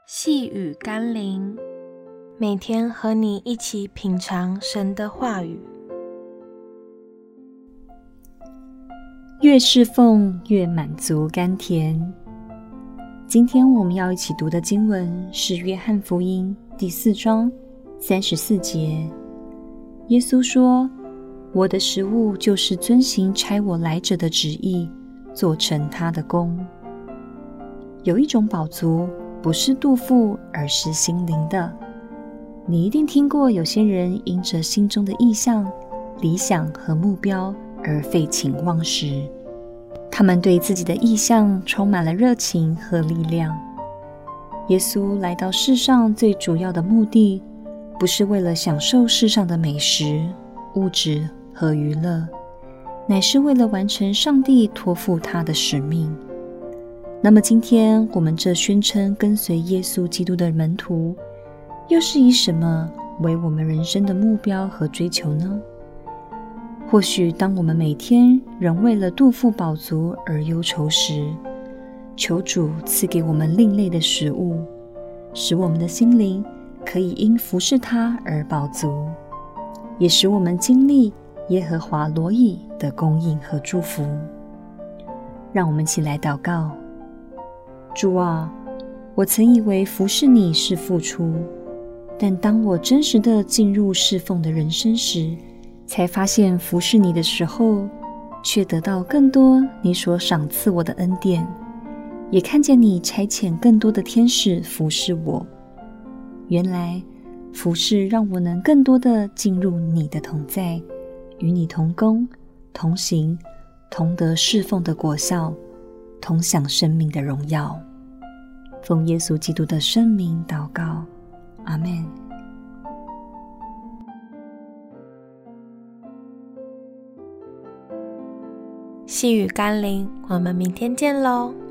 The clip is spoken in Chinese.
细雨甘霖，每天和你一起品尝神的话语。 越侍奉越满足甘甜。今天我们要一起读的经文是约翰福音第4章34节。耶稣说：我的食物就是遵行差我来者的旨意，做成他的功。有一种饱足不是肚腹，而是心灵的。你一定听过有些人因着心中的意向、理想和目标而废寝忘食。他们对自己的意向充满了热情和力量。耶稣来到世上最主要的目的，不是为了享受世上的美食、物质和娱乐，乃是为了完成上帝托付他的使命。那么今天我们这宣称跟随耶稣基督的门徒，又是以什么为我们人生的目标和追求呢？或许当我们每天仍为了肚腹饱足而忧愁时，求主赐给我们另类的食物，使我们的心灵可以因服侍他而饱足，也使我们经历耶和华罗以的供应和祝福。让我们一起来祷告。主啊，我曾以为服侍你是付出，但当我真实地进入侍奉的人生时，才发现服侍你的时候，却得到更多你所赏赐我的恩典，也看见你差遣更多的天使服侍我。原来服侍让我能更多地进入你的同在，与你同工、同行，同得侍奉的果效，同享生命的荣耀。奉耶稣基督的圣名祷告，阿们。 细雨甘霖，我们明天见喽。